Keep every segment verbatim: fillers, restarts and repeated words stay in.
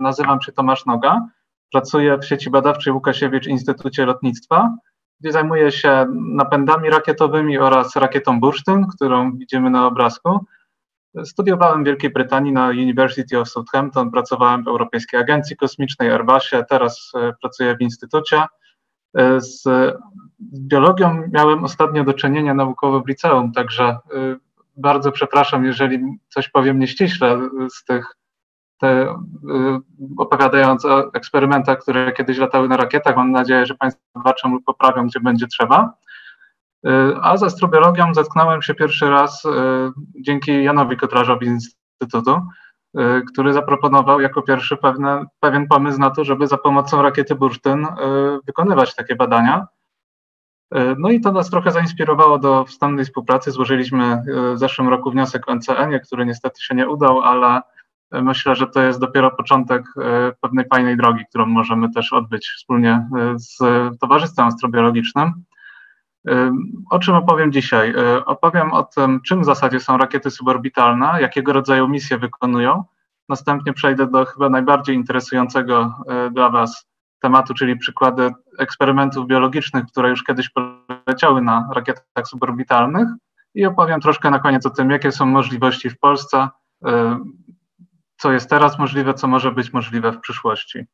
nazywam się Tomasz Noga, pracuję w sieci badawczej Łukasiewicz Instytucie Lotnictwa, gdzie zajmuję się napędami rakietowymi oraz rakietą Bursztyn, którą widzimy na obrazku. Studiowałem w Wielkiej Brytanii na University of Southampton, pracowałem w Europejskiej Agencji Kosmicznej, Airbusie, teraz pracuję w Instytucie. Z biologią miałem ostatnio do czynienia naukowo w liceum, także bardzo przepraszam, jeżeli coś powiem nieściśle z tych, te, opowiadając o eksperymentach, które kiedyś latały na rakietach. Mam nadzieję, że Państwo zobaczą lub poprawią, gdzie będzie trzeba. A z astrobiologią zetknąłem się pierwszy raz dzięki Janowi Kotlarzowi z Instytutu, który zaproponował jako pierwszy pewne, pewien pomysł na to, żeby za pomocą rakiety Bursztyn wykonywać takie badania. No i to nas trochę zainspirowało do wstępnej współpracy. Złożyliśmy w zeszłym roku wniosek o N C N ie, który niestety się nie udał, ale myślę, że to jest dopiero początek pewnej fajnej drogi, którą możemy też odbyć wspólnie z Towarzystwem Astrobiologicznym. O czym opowiem dzisiaj? Opowiem o tym, czym w zasadzie są rakiety suborbitalne, jakiego rodzaju misje wykonują. Następnie przejdę do chyba najbardziej interesującego dla Was tematu, czyli przykłady eksperymentów biologicznych, które już kiedyś poleciały na rakietach suborbitalnych, i opowiem troszkę na koniec o tym, jakie są możliwości w Polsce, co jest teraz możliwe, co może być możliwe w przyszłości.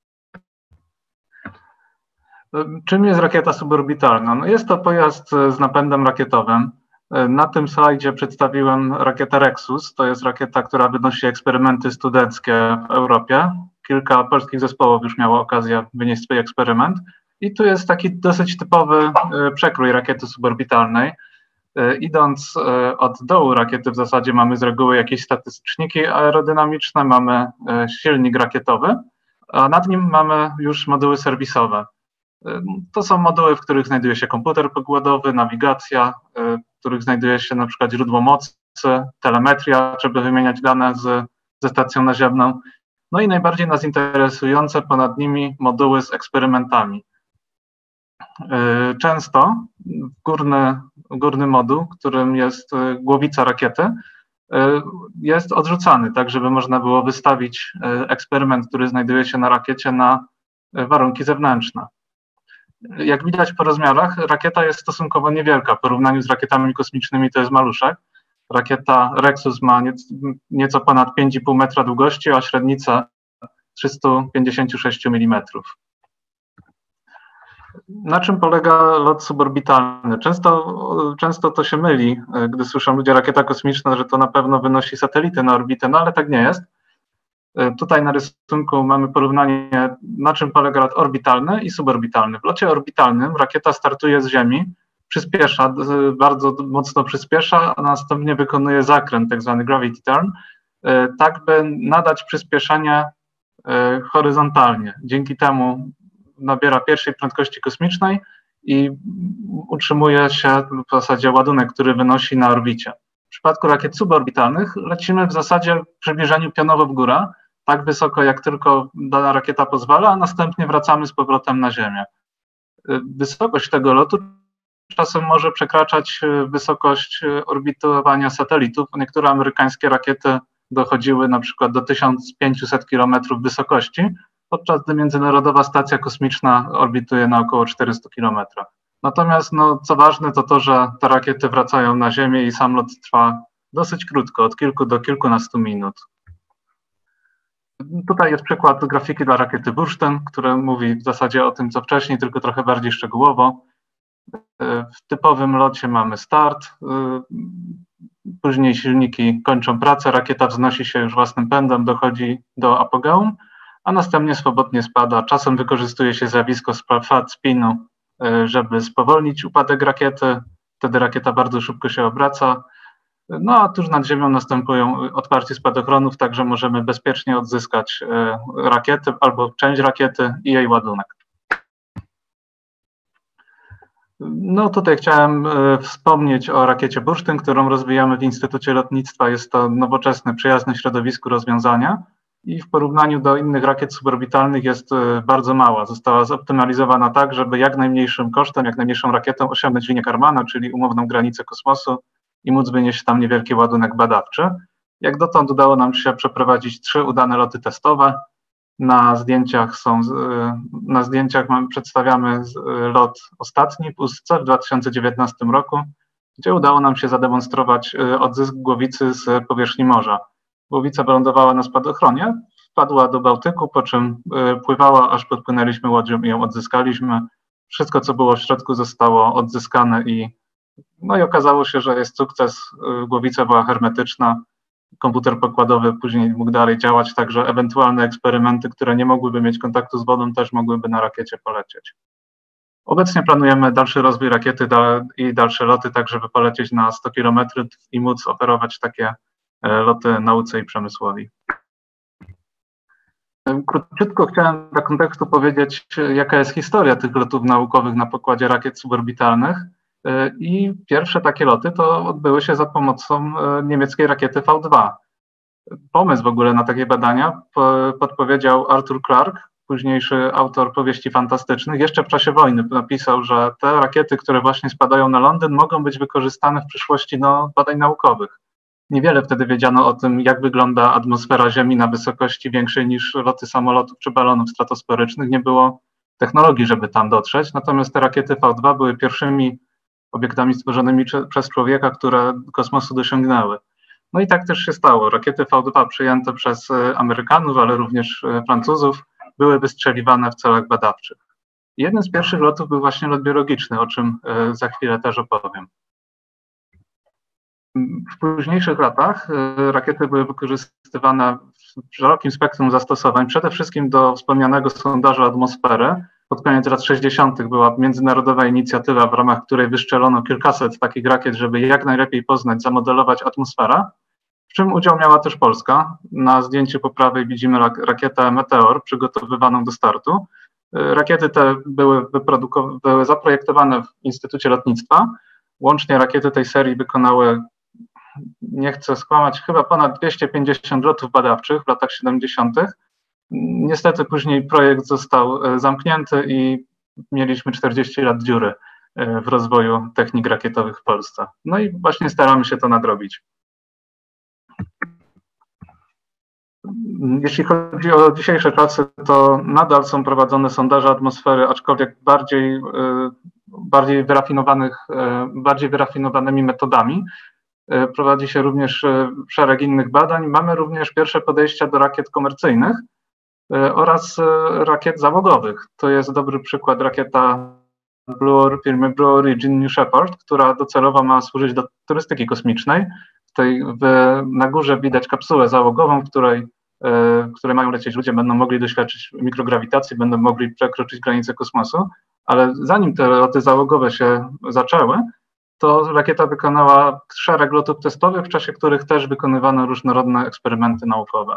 Czym jest rakieta suborbitalna? No jest to pojazd z napędem rakietowym. Na tym slajdzie przedstawiłem rakietę Rexus. To jest rakieta, która wynosi eksperymenty studenckie w Europie. Kilka polskich zespołów już miało okazję wynieść swój eksperyment. I tu jest taki dosyć typowy przekrój rakiety suborbitalnej. Idąc od dołu rakiety w zasadzie mamy z reguły jakieś statyczniki aerodynamiczne, mamy silnik rakietowy, a nad nim mamy już moduły serwisowe. To są moduły, w których znajduje się komputer pokładowy, nawigacja, w których znajduje się na przykład źródło mocy, telemetria, żeby wymieniać dane z, ze stacją naziemną. No i najbardziej nas interesujące ponad nimi moduły z eksperymentami. Często górny, górny moduł, którym jest głowica rakiety, jest odrzucany, tak żeby można było wystawić eksperyment, który znajduje się na rakiecie, na warunki zewnętrzne. Jak widać po rozmiarach, rakieta jest stosunkowo niewielka. W porównaniu z rakietami kosmicznymi to jest maluszek. Rakieta Rexus ma nieco ponad pięć i pół metra długości, a średnicę trzysta pięćdziesiąt sześć milimetrów. Na czym polega lot suborbitalny? Często, często to się myli, gdy słyszą ludzie rakieta kosmiczna, że to na pewno wynosi satelity na orbitę, no ale tak nie jest. Tutaj na rysunku mamy porównanie, na czym polega lot orbitalny i suborbitalny. W locie orbitalnym rakieta startuje z Ziemi, przyspiesza, bardzo mocno przyspiesza, a następnie wykonuje zakręt, tak zwany gravity turn, tak by nadać przyspieszenie horyzontalnie. Dzięki temu nabiera pierwszej prędkości kosmicznej i utrzymuje się w zasadzie ładunek, który wynosi na orbicie. W przypadku rakiet suborbitalnych lecimy w zasadzie w przybliżeniu pionowo w górę, tak wysoko jak tylko dana rakieta pozwala, a następnie wracamy z powrotem na Ziemię. Wysokość tego lotu czasem może przekraczać wysokość orbitowania satelitów. Niektóre amerykańskie rakiety dochodziły na przykład do tysiąc pięćset kilometrów wysokości, podczas gdy Międzynarodowa Stacja Kosmiczna orbituje na około czterystu kilometrach. Natomiast no, co ważne, to to, że te rakiety wracają na Ziemię i sam lot trwa dosyć krótko, od kilku do kilkunastu minut. Tutaj jest przykład grafiki dla rakiety Bursztyn, który mówi w zasadzie o tym, co wcześniej, tylko trochę bardziej szczegółowo. W typowym locie mamy start, później silniki kończą pracę, rakieta wznosi się już własnym pędem, dochodzi do apogeum, a następnie swobodnie spada. Czasem wykorzystuje się zjawisko flat spinu, żeby spowolnić upadek rakiety. Wtedy rakieta bardzo szybko się obraca. No a tuż nad Ziemią następują otwarcie spadochronów, także możemy bezpiecznie odzyskać rakiety albo część rakiety i jej ładunek. No tutaj chciałem wspomnieć o rakiecie Bursztyn, którą rozwijamy w Instytucie Lotnictwa. Jest to nowoczesne, przyjazne środowisku rozwiązanie i w porównaniu do innych rakiet suborbitalnych jest bardzo mała. Została zoptymalizowana tak, żeby jak najmniejszym kosztem, jak najmniejszą rakietą osiągnąć linię Karmana, czyli umowną granicę kosmosu i móc wynieść tam niewielki ładunek badawczy. Jak dotąd udało nam się przeprowadzić trzy udane loty testowe. Na zdjęciach są, na zdjęciach mamy, przedstawiamy lot ostatni w Ustce w dwa tysiące dziewiętnastym roku, gdzie udało nam się zademonstrować odzysk głowicy z powierzchni morza. Głowica wylądowała na spadochronie, wpadła do Bałtyku, po czym pływała, aż podpłynęliśmy łodzią i ją odzyskaliśmy. Wszystko, co było w środku, zostało odzyskane i, no i okazało się, że jest sukces. Głowica była hermetyczna, komputer pokładowy później mógł dalej działać, także ewentualne eksperymenty, które nie mogłyby mieć kontaktu z wodą, też mogłyby na rakiecie polecieć. Obecnie planujemy dalszy rozwój rakiety i dalsze loty, tak żeby polecieć na sto kilometrów i móc oferować takie loty nauce i przemysłowi. Króciutko chciałem dla kontekstu powiedzieć, jaka jest historia tych lotów naukowych na pokładzie rakiet suborbitalnych. I pierwsze takie loty to odbyły się za pomocą niemieckiej rakiety V dwa. Pomysł w ogóle na takie badania podpowiedział Arthur Clarke, późniejszy autor powieści fantastycznych. Jeszcze w czasie wojny napisał, że te rakiety, które właśnie spadają na Londyn, mogą być wykorzystane w przyszłości do badań naukowych. Niewiele wtedy wiedziano o tym, jak wygląda atmosfera Ziemi na wysokości większej niż loty samolotów czy balonów stratosferycznych. Nie było technologii, żeby tam dotrzeć. Natomiast te rakiety V dwa były pierwszymi obiektami stworzonymi przez człowieka, które kosmosu dosiągnęły. No i tak też się stało. Rakiety V dwa przyjęte przez Amerykanów, ale również Francuzów, były wystrzeliwane w celach badawczych. Jednym z pierwszych lotów był właśnie lot biologiczny, o czym za chwilę też opowiem. W późniejszych latach rakiety były wykorzystywane w szerokim spektrum zastosowań, przede wszystkim do wspomnianego sondażu atmosfery. Pod koniec lat sześćdziesiątych była międzynarodowa inicjatywa, w ramach której wyszczelono kilkaset takich rakiet, żeby jak najlepiej poznać, zamodelować atmosferę, w czym udział miała też Polska. Na zdjęciu po prawej widzimy rakietę Meteor przygotowywaną do startu. Rakiety te były, były zaprojektowane w Instytucie Lotnictwa. Łącznie rakiety tej serii wykonały, nie chcę skłamać, chyba ponad dwieście pięćdziesiąt lotów badawczych w latach siedemdziesiątych. Niestety później projekt został zamknięty i mieliśmy czterdzieści lat dziury w rozwoju technik rakietowych w Polsce. No i właśnie staramy się to nadrobić. Jeśli chodzi o dzisiejsze czasy, to nadal są prowadzone sondaże atmosfery, aczkolwiek bardziej, bardziej, wyrafinowanych, bardziej wyrafinowanymi metodami. Prowadzi się również szereg innych badań. Mamy również pierwsze podejścia do rakiet komercyjnych oraz rakiet załogowych. To jest dobry przykład rakieta Blue, firmy Blue Origin New Shepard, która docelowo ma służyć do turystyki kosmicznej. Tutaj w, na górze widać kapsułę załogową, w której, w której mają lecieć ludzie, będą mogli doświadczyć mikrograwitacji, będą mogli przekroczyć granice kosmosu, ale zanim te loty załogowe się zaczęły, to rakieta wykonała szereg lotów testowych, w czasie których też wykonywano różnorodne eksperymenty naukowe.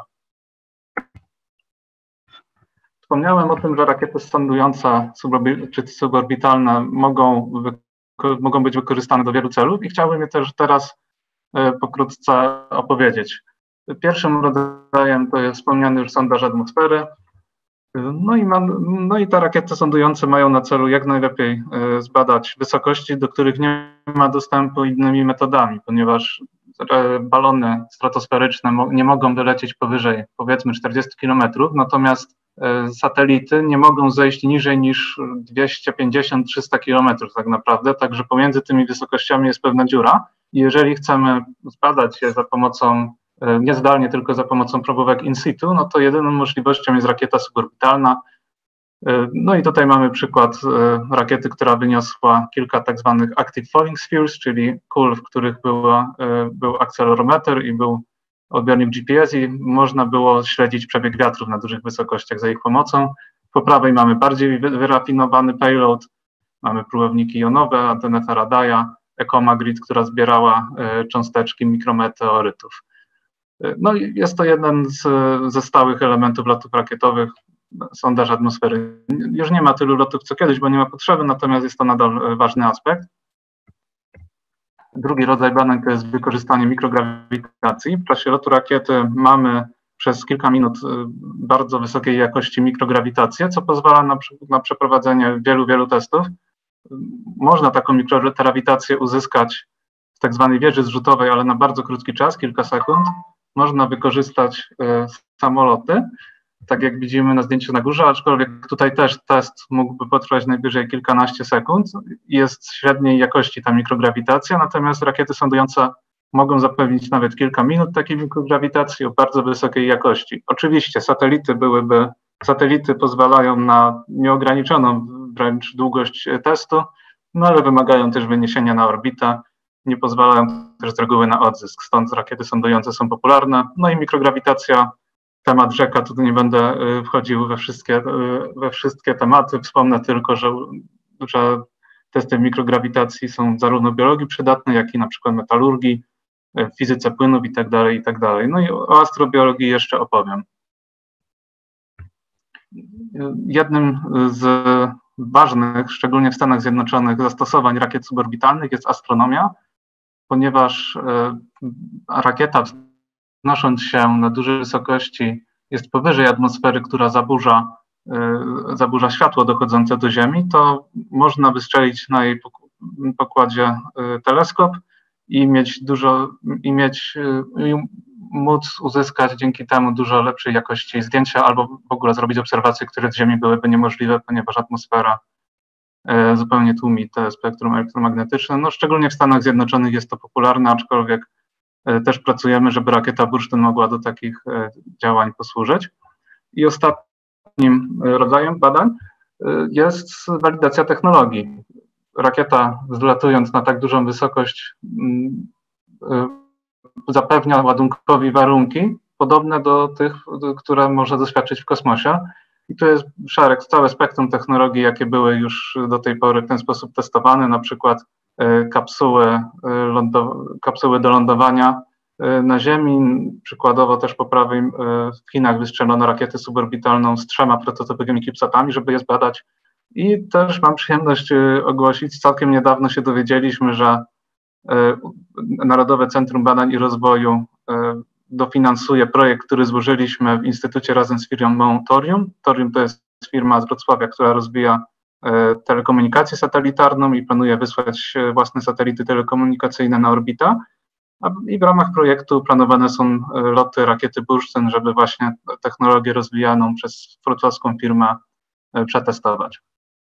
Wspomniałem o tym, że rakiety sondujące czy suborbitalne mogą, mogą być wykorzystane do wielu celów i chciałbym je też teraz pokrótce opowiedzieć. Pierwszym rodzajem to jest wspomniany już sondaż atmosfery. No i, mam, no i te rakiety sondujące mają na celu jak najlepiej zbadać wysokości, do których nie ma dostępu innymi metodami, ponieważ balony stratosferyczne nie mogą dolecieć powyżej powiedzmy czterdziestu kilometrów, natomiast satelity nie mogą zejść niżej niż dwieście pięćdziesiąt do trzystu kilometrów tak naprawdę, także pomiędzy tymi wysokościami jest pewna dziura. I jeżeli chcemy zbadać je za pomocą, nie zdalnie, tylko za pomocą probówek in situ, no to jedyną możliwością jest rakieta suborbitalna. No i tutaj mamy przykład rakiety, która wyniosła kilka tak zwanych active falling spheres, czyli kul, w których była, był akcelerometr i był odbiornik G P S i można było śledzić przebieg wiatrów na dużych wysokościach za ich pomocą. Po prawej mamy bardziej wyrafinowany payload, mamy próbowniki jonowe, antenę Faradaya, ECOMA Grid, która zbierała cząsteczki mikrometeorytów. No i jest to jeden z, ze stałych elementów lotów rakietowych, sondaż atmosfery. Już nie ma tylu lotów co kiedyś, bo nie ma potrzeby, natomiast jest to nadal ważny aspekt. Drugi rodzaj badań to jest wykorzystanie mikrograwitacji. W czasie lotu rakiety mamy przez kilka minut bardzo wysokiej jakości mikrograwitację, co pozwala na, na przeprowadzenie wielu, wielu testów. Można taką mikrograwitację uzyskać w tak zwanej wieży zrzutowej, ale na bardzo krótki czas, kilka sekund. Można wykorzystać y, samoloty. tak jak widzimy na zdjęciu na górze, aczkolwiek tutaj też test mógłby potrwać najwyżej kilkanaście sekund. Jest średniej jakości ta mikrograwitacja, natomiast rakiety sądujące mogą zapewnić nawet kilka minut takiej mikrograwitacji o bardzo wysokiej jakości. Oczywiście satelity byłyby, satelity pozwalają na nieograniczoną wręcz długość testu, no ale wymagają też wyniesienia na orbitę, nie pozwalają też z reguły na odzysk, stąd rakiety sądujące są popularne. No i mikrograwitacja, temat rzeka, tutaj nie będę wchodził we wszystkie, we wszystkie tematy, wspomnę tylko, że, że testy mikrograwitacji są zarówno w biologii przydatne, jak i na przykład metalurgii, w fizyce płynów i tak dalej, i tak dalej. No i o astrobiologii jeszcze opowiem. Jednym z ważnych, szczególnie w Stanach Zjednoczonych, zastosowań rakiet suborbitalnych jest astronomia, ponieważ rakieta, wznosząc się na duże wysokości, jest powyżej atmosfery, która zaburza, zaburza światło dochodzące do Ziemi, to można wystrzelić na jej pokładzie teleskop i mieć dużo, i mieć, i móc uzyskać dzięki temu dużo lepszej jakości zdjęcia albo w ogóle zrobić obserwacje, które z Ziemi byłyby niemożliwe, ponieważ atmosfera zupełnie tłumi te spektrum elektromagnetyczne. No, szczególnie w Stanach Zjednoczonych jest to popularne, aczkolwiek też pracujemy, żeby rakieta Bursztyn mogła do takich działań posłużyć. I ostatnim rodzajem badań jest walidacja technologii. Rakieta, zlatując na tak dużą wysokość, zapewnia ładunkowi warunki podobne do tych, które można doświadczyć w kosmosie. I tu jest szereg, całe spektrum technologii, jakie były już do tej pory w ten sposób testowane, na przykład kapsuły, kapsuły do lądowania na Ziemi. Przykładowo też po prawej w Chinach wystrzelono rakietę suborbitalną z trzema prototypowymi CubeSatami, żeby je zbadać. I też mam przyjemność ogłosić, całkiem niedawno się dowiedzieliśmy, że Narodowe Centrum Badań i Rozwoju dofinansuje projekt, który złożyliśmy w Instytucie razem z firmą Thorium. Thorium to jest firma z Wrocławia, która rozwija telekomunikację satelitarną i planuje wysłać własne satelity telekomunikacyjne na orbitę. I w ramach projektu planowane są loty rakiety Bursztyn, żeby właśnie technologię rozwijaną przez wrocławską firmę przetestować.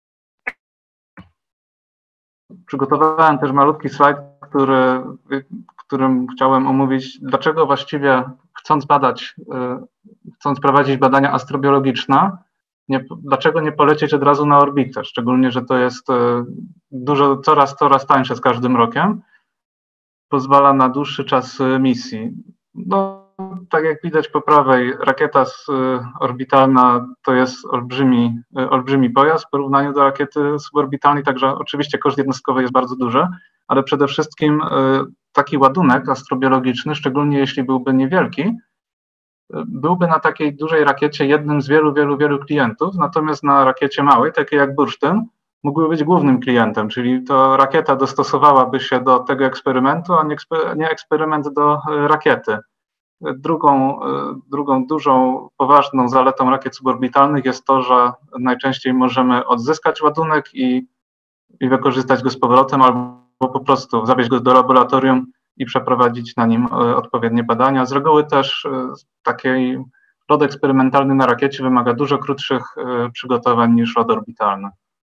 Przygotowałem też malutki slajd, który, w którym chciałem omówić, dlaczego właściwie chcąc badać, chcąc prowadzić badania astrobiologiczne, nie, dlaczego nie polecieć od razu na orbitę, szczególnie, że to jest dużo, coraz, coraz tańsze z każdym rokiem, pozwala na dłuższy czas misji. No, tak jak widać po prawej, rakieta orbitalna to jest olbrzymi, olbrzymi pojazd w porównaniu do rakiety suborbitalnej, także oczywiście koszt jednostkowy jest bardzo duży, ale przede wszystkim taki ładunek astrobiologiczny, szczególnie jeśli byłby niewielki, byłby na takiej dużej rakiecie jednym z wielu, wielu, wielu klientów, natomiast na rakiecie małej, takiej jak Bursztyn, mógłby być głównym klientem, czyli to rakieta dostosowałaby się do tego eksperymentu, a nie, eksper nie eksperyment do rakiety. Drugą, drugą dużą, poważną zaletą rakiet suborbitalnych jest to, że najczęściej możemy odzyskać ładunek i, i wykorzystać go z powrotem, albo po prostu zawieźć go do laboratorium i przeprowadzić na nim odpowiednie badania. Z reguły też taki lot eksperymentalny na rakiecie wymaga dużo krótszych przygotowań niż lot orbitalny.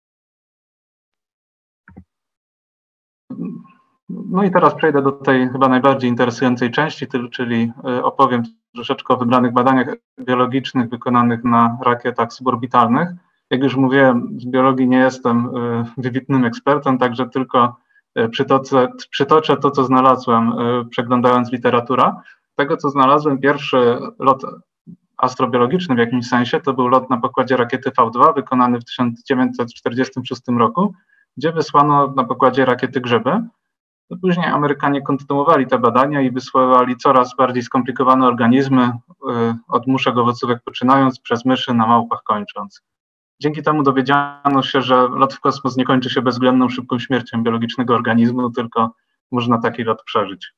No i teraz przejdę do tej chyba najbardziej interesującej części, czyli opowiem troszeczkę o wybranych badaniach biologicznych wykonanych na rakietach suborbitalnych. Jak już mówiłem, z biologii nie jestem wybitnym ekspertem, także tylko przytoczę, przytoczę to, co znalazłem, przeglądając literaturę. Tego, co znalazłem, pierwszy lot astrobiologiczny w jakimś sensie, to był lot na pokładzie rakiety V dwa wykonany w tysiąc dziewięćset czterdziestym szóstym roku, gdzie wysłano na pokładzie rakiety grzyby. Później Amerykanie kontynuowali te badania i wysłali coraz bardziej skomplikowane organizmy, od muszek owocówek poczynając, przez myszy na małpach kończąc. Dzięki temu dowiedziano się, że lot w kosmos nie kończy się bezwzględną szybką śmiercią biologicznego organizmu, tylko można taki lot przeżyć.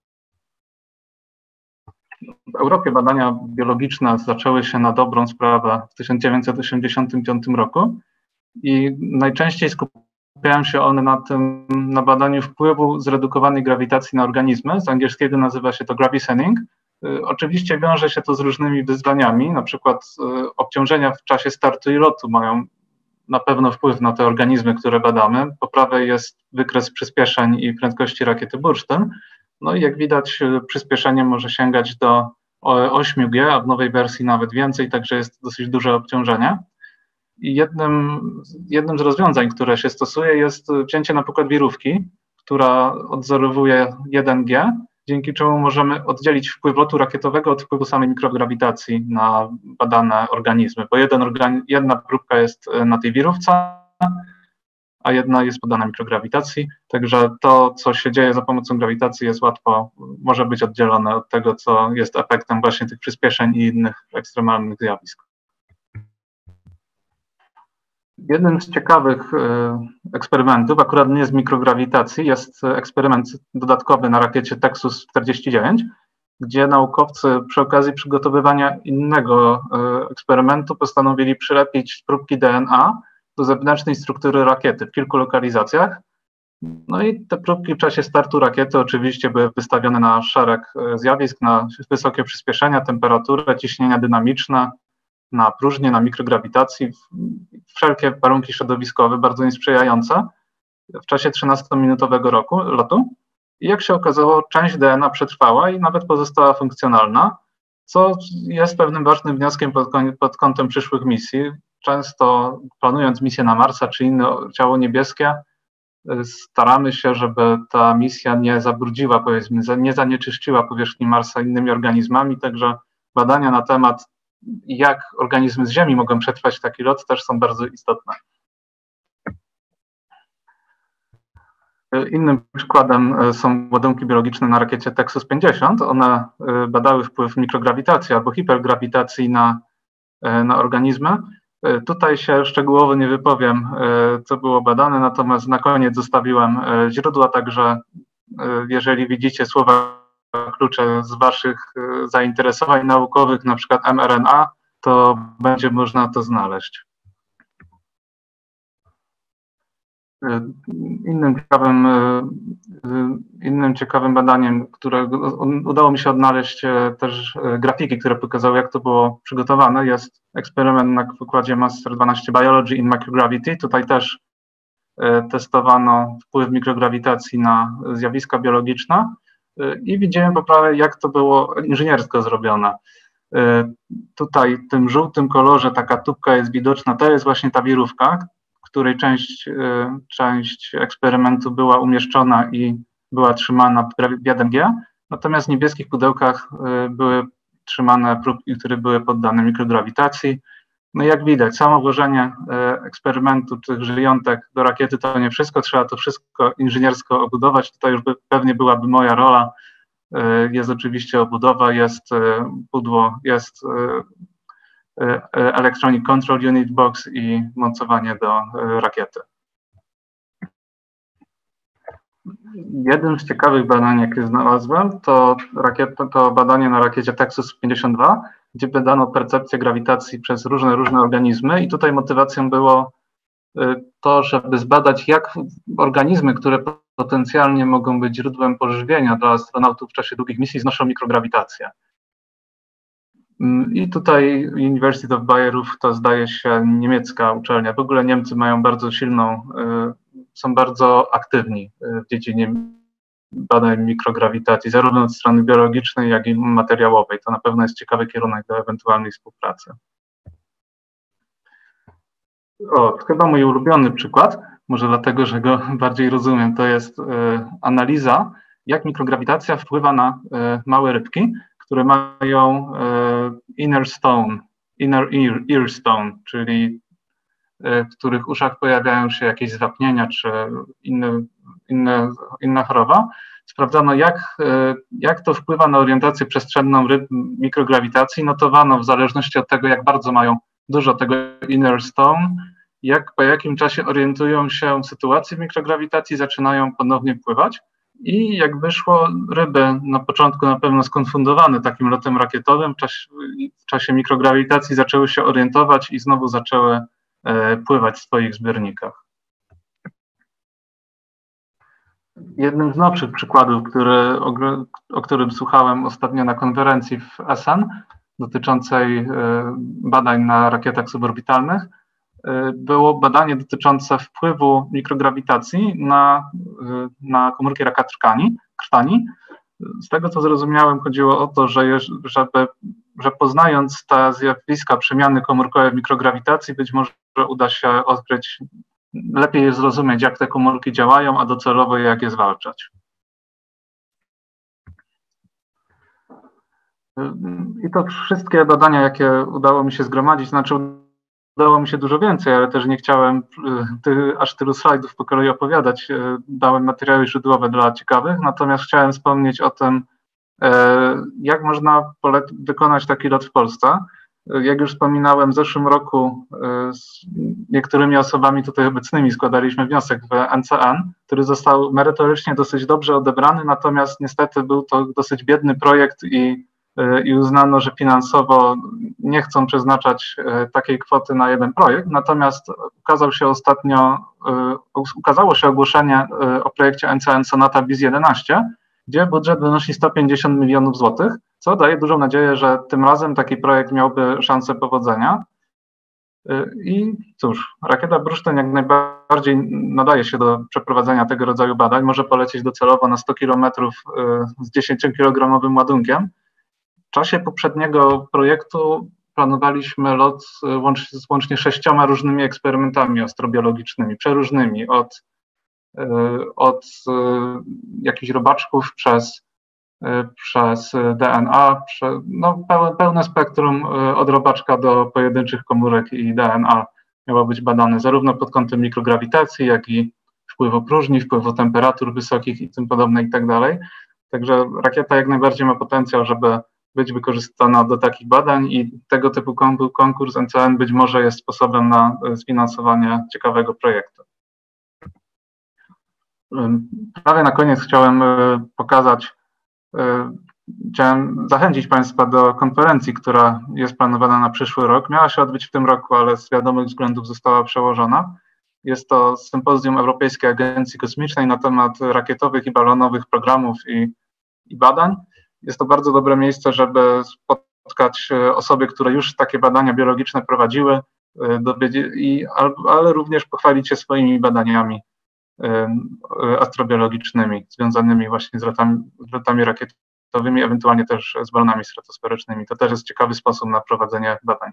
W Europie badania biologiczne zaczęły się na dobrą sprawę w tysiąc dziewięćset osiemdziesiątym piątym roku i najczęściej skupiają się one na tym, na badaniu wpływu zredukowanej grawitacji na organizmy. Z angielskiego nazywa się to gravisening. Oczywiście wiąże się to z różnymi wyzwaniami, na przykład obciążenia w czasie startu i lotu mają na pewno wpływ na te organizmy, które badamy. Po prawej jest wykres przyspieszeń i prędkości rakiety Bursztyn. No i jak widać, przyspieszenie może sięgać do osiem G, a w nowej wersji nawet więcej, także jest dosyć duże obciążenie. I jednym, jednym z rozwiązań, które się stosuje, jest wzięcie na przykład wirówki, która odzorowuje jeden G, dzięki czemu możemy oddzielić wpływ lotu rakietowego od wpływu samej mikrograwitacji na badane organizmy, bo jeden organi jedna próbka jest na tej wirówce, a jedna jest poddana mikrograwitacji, także to, co się dzieje za pomocą grawitacji, jest łatwo, może być oddzielone od tego, co jest efektem właśnie tych przyspieszeń i innych ekstremalnych zjawisk. Jednym z ciekawych eksperymentów, akurat nie z mikrograwitacji, jest eksperyment dodatkowy na rakiecie Texas czterdzieści dziewięć, gdzie naukowcy przy okazji przygotowywania innego eksperymentu postanowili przylepić próbki D N A do zewnętrznej struktury rakiety w kilku lokalizacjach. No i te próbki w czasie startu rakiety oczywiście były wystawione na szereg zjawisk, na wysokie przyspieszenia, temperaturę, ciśnienia dynamiczne, na próżnię, na mikrograwitacji, wszelkie warunki środowiskowe bardzo niesprzyjające w czasie trzynastominutowego roku, lotu. I jak się okazało, część D N A przetrwała i nawet pozostała funkcjonalna, co jest pewnym ważnym wnioskiem pod, pod kątem przyszłych misji. Często planując misję na Marsa czy inne ciało niebieskie, staramy się, żeby ta misja nie zabrudziła, powiedzmy, nie zanieczyszczyła powierzchni Marsa innymi organizmami, także badania na temat, jak organizmy z Ziemi mogą przetrwać taki lot, też są bardzo istotne. Innym przykładem są ładunki biologiczne na rakiecie Texas pięćdziesiąt. One badały wpływ mikrograwitacji albo hipergrawitacji na, na organizmy. Tutaj się szczegółowo nie wypowiem, co było badane, natomiast na koniec zostawiłem źródła, także jeżeli widzicie słowa klucze z Waszych zainteresowań naukowych, na przykład M R N A, to będzie można to znaleźć. Innym ciekawym, innym ciekawym badaniem, które udało mi się odnaleźć też grafiki, które pokazały, jak to było przygotowane, jest eksperyment na wykładzie Master dwanaście Biology in Microgravity. Tutaj też testowano wpływ mikrograwitacji na zjawiska biologiczne i widzimy po prawej, jak to było inżyniersko zrobione. Tutaj w tym żółtym kolorze taka tubka jest widoczna, to jest właśnie ta wirówka, której część, część eksperymentu była umieszczona i była trzymana w jeden G, natomiast w niebieskich pudełkach były trzymane próbki, które były poddane mikrograwitacji. No i jak widać, samo włożenie eksperymentu tych żyjątek do rakiety to nie wszystko, trzeba to wszystko inżyniersko obudować. Tutaj już by, pewnie byłaby moja rola. Jest oczywiście obudowa, jest pudło, jest Electronic Control Unit Box i mocowanie do rakiety. Jednym z ciekawych badań, jakie znalazłem, to, rakieta, to badanie na rakiecie Texas pięćdziesiąt dwa, gdzie badano percepcję grawitacji przez różne, różne organizmy i tutaj motywacją było to, żeby zbadać, jak organizmy, które potencjalnie mogą być źródłem pożywienia dla astronautów w czasie długich misji, znoszą mikrograwitację. I tutaj University of Bayreuth to zdaje się niemiecka uczelnia. W ogóle Niemcy mają bardzo silną, są bardzo aktywni w dziedzinie badań mikrograwitacji, zarówno od strony biologicznej, jak i materiałowej. To na pewno jest ciekawy kierunek do ewentualnej współpracy. O, chyba mój ulubiony przykład, może dlatego, że go bardziej rozumiem, to jest analiza, jak mikrograwitacja wpływa na małe rybki, które mają inner stone, inner ear, ear stone, czyli w których uszach pojawiają się jakieś zwapnienia czy inne, inne, inna choroba. Sprawdzano, jak, jak to wpływa na orientację przestrzenną ryb mikrograwitacji. Notowano w zależności od tego, jak bardzo mają dużo tego inner stone, jak po jakim czasie orientują się w sytuacji mikrograwitacji, zaczynają ponownie pływać. I jak wyszło, ryby na początku na pewno skonfundowane takim lotem rakietowym, w czasie, w czasie mikrograwitacji zaczęły się orientować i znowu zaczęły e, pływać w swoich zbiornikach. Jednym z nowszych przykładów, który, o, o którym słuchałem ostatnio na konferencji w Essen dotyczącej badań na rakietach suborbitalnych, było badanie dotyczące wpływu mikrograwitacji na, na komórki raka trkani, krtani. Z tego, co zrozumiałem, chodziło o to, że, żeby, że poznając te zjawiska przemiany komórkowej w mikrograwitacji, być może uda się odkryć, lepiej je zrozumieć, jak te komórki działają, a docelowo jak je zwalczać. I to wszystkie badania, jakie udało mi się zgromadzić, znaczy udało mi się dużo więcej, ale też nie chciałem ty, aż tylu slajdów po kolei opowiadać. Dałem materiały źródłowe dla ciekawych, natomiast chciałem wspomnieć o tym, jak można wykonać taki lot w Polsce. Jak już wspominałem, w zeszłym roku z niektórymi osobami tutaj obecnymi składaliśmy wniosek w N C N, który został merytorycznie dosyć dobrze odebrany, natomiast niestety był to dosyć biedny projekt i i uznano, że finansowo nie chcą przeznaczać takiej kwoty na jeden projekt, natomiast ukazał się ostatnio, ukazało się ogłoszenie o projekcie N C N Sonata Biz jedenaście, gdzie budżet wynosi sto pięćdziesiąt milionów złotych, co daje dużą nadzieję, że tym razem taki projekt miałby szansę powodzenia. I cóż, rakieta Bursztyn jak najbardziej nadaje się do przeprowadzenia tego rodzaju badań, może polecieć docelowo na sto kilometrów z dziesięciokilogramowym ładunkiem. W czasie poprzedniego projektu planowaliśmy lot z łącznie, z łącznie sześcioma różnymi eksperymentami astrobiologicznymi, przeróżnymi, od, od jakichś robaczków przez, przez D N A, prze, no pełne, pełne spektrum od robaczka do pojedynczych komórek i D N A miało być badane zarówno pod kątem mikrograwitacji, jak i wpływu próżni, wpływu temperatur wysokich i tym podobne i tak dalej. Także rakieta jak najbardziej ma potencjał, żeby być wykorzystana do takich badań i tego typu konkurs N C N być może jest sposobem na sfinansowanie ciekawego projektu. Prawie na koniec chciałem pokazać, chciałem zachęcić Państwa do konferencji, która jest planowana na przyszły rok. Miała się odbyć w tym roku, ale z wiadomych względów została przełożona. Jest to sympozjum Europejskiej Agencji Kosmicznej na temat rakietowych i balonowych programów i, i badań. Jest to bardzo dobre miejsce, żeby spotkać osoby, które już takie badania biologiczne prowadziły, i, ale również pochwalić się swoimi badaniami astrobiologicznymi związanymi właśnie z lotami, z lotami rakietowymi, ewentualnie też z balonami stratosferycznymi. To też jest ciekawy sposób na prowadzenie badań.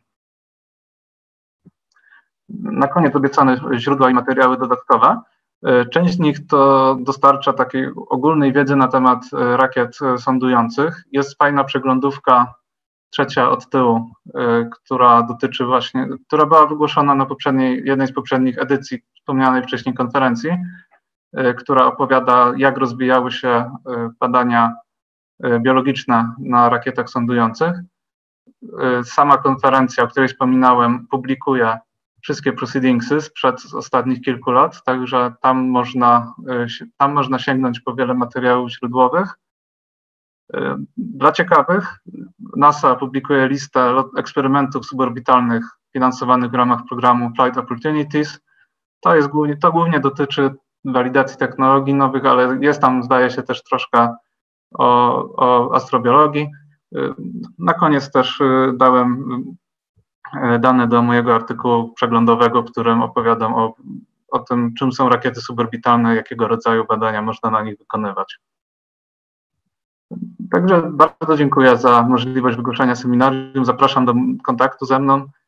Na koniec obiecane źródła i materiały dodatkowe. Część z nich to dostarcza takiej ogólnej wiedzy na temat rakiet sondujących. Jest fajna przeglądówka, trzecia od tyłu, która dotyczy właśnie, która była wygłoszona na poprzedniej, jednej z poprzednich edycji wspomnianej wcześniej konferencji, która opowiada, jak rozwijały się badania biologiczne na rakietach sondujących. Sama konferencja, o której wspominałem, publikuje wszystkie proceedingsy sprzed ostatnich kilku lat, także tam można, tam można sięgnąć po wiele materiałów źródłowych. Dla ciekawych, NASA publikuje listę eksperymentów suborbitalnych finansowanych w ramach programu Flight Opportunities. To, jest głównie, to głównie dotyczy walidacji technologii nowych, ale jest tam, zdaje się, też troszkę o, o astrobiologii. Na koniec też dałem dane do mojego artykułu przeglądowego, w którym opowiadam o, o tym, czym są rakiety suborbitalne, jakiego rodzaju badania można na nich wykonywać. Także bardzo dziękuję za możliwość wygłoszenia seminarium. Zapraszam do kontaktu ze mną.